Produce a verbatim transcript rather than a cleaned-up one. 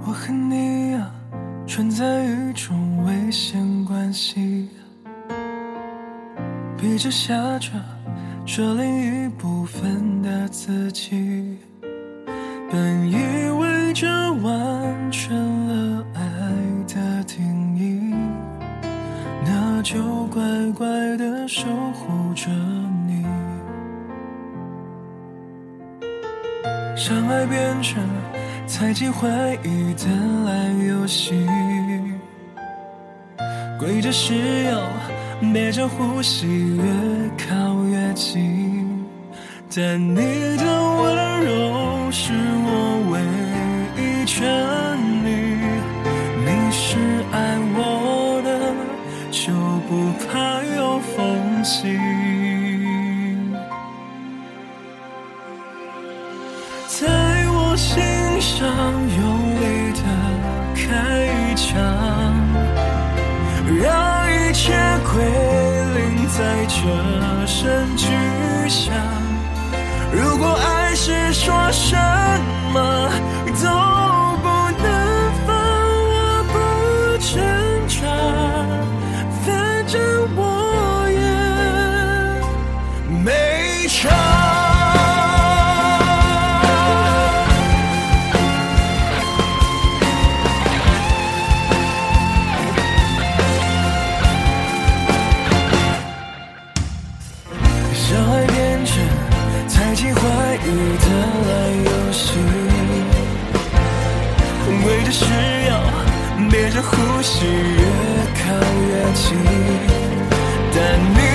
我和你啊，存在一种危险关系，比着下着这另一部分的自己，本以为这完成了爱的定义，那就乖乖地守护着你。相爱变成猜忌怀疑的烂游戏，规则是要憋着呼吸越靠越近，但你的温柔是我唯一权利，你是爱我的，就不怕有缝隙。在我心上用力的开一枪，让一切归零，在这声巨响。如果爱是说什么都不能放，我不挣扎，反正我也没差。相爱变成猜忌怀疑的烂游戏，为的是要憋着呼吸越靠越近，但你